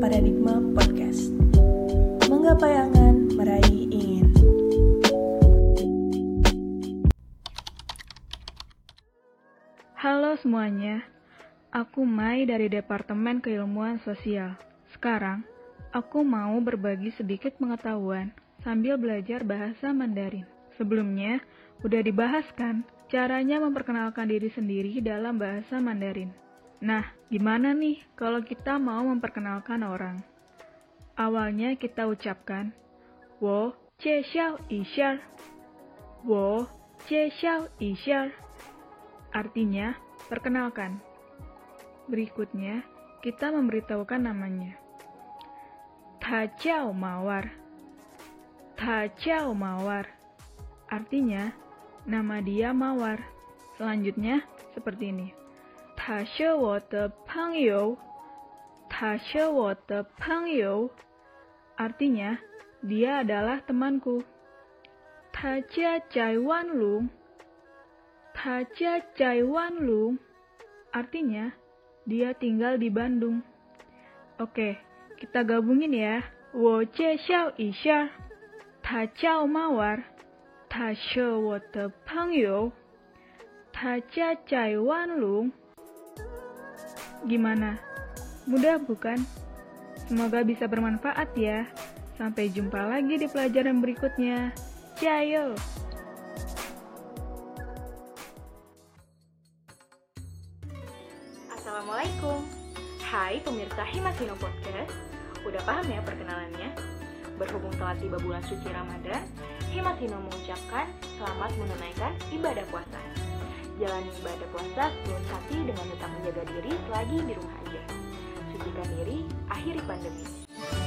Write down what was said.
Paradigma Podcast. Menggapai angan, meraih ingin. Halo semuanya, aku Mai dari Departemen Keilmuan Sosial. Sekarang, aku mau berbagi sedikit pengetahuan sambil belajar bahasa Mandarin. Sebelumnya, udah dibahas kan caranya memperkenalkan diri sendiri dalam bahasa Mandarin. Nah, gimana nih kalau kita mau memperkenalkan orang? Awalnya kita ucapkan, 我介绍一下, 我介绍一下. Artinya, perkenalkan. Berikutnya, kita memberitahukan namanya. Ta jiao Mawar. Ta jiao Mawar. Artinya, nama dia Mawar. Selanjutnya, seperti ini. Ta she wo de pengyou. Ta she wo de pengyou. Artinya, dia adalah temanku. Ta jia zai wan lung. Ta jia zai wan lung. Artinya, dia tinggal di Bandung. Oke, kita gabungin ya. 我介绍一下，他叫Mawar，他是我的朋友，他家在万隆。Gimana? Mudah bukan? Semoga bisa bermanfaat ya. Sampai jumpa lagi di pelajaran berikutnya. Jayo! Assalamualaikum. Hai pemirsa Himasino Podcast. Udah paham ya perkenalannya? Berhubung telah tiba bulan suci Ramadan, Himasino mengucapkan selamat menunaikan ibadah puasa. Jalani ibadah puasa sepenuh hati dengan tetap menjaga diri selagi di rumah aja. Sucikan diri, akhiri pandemi.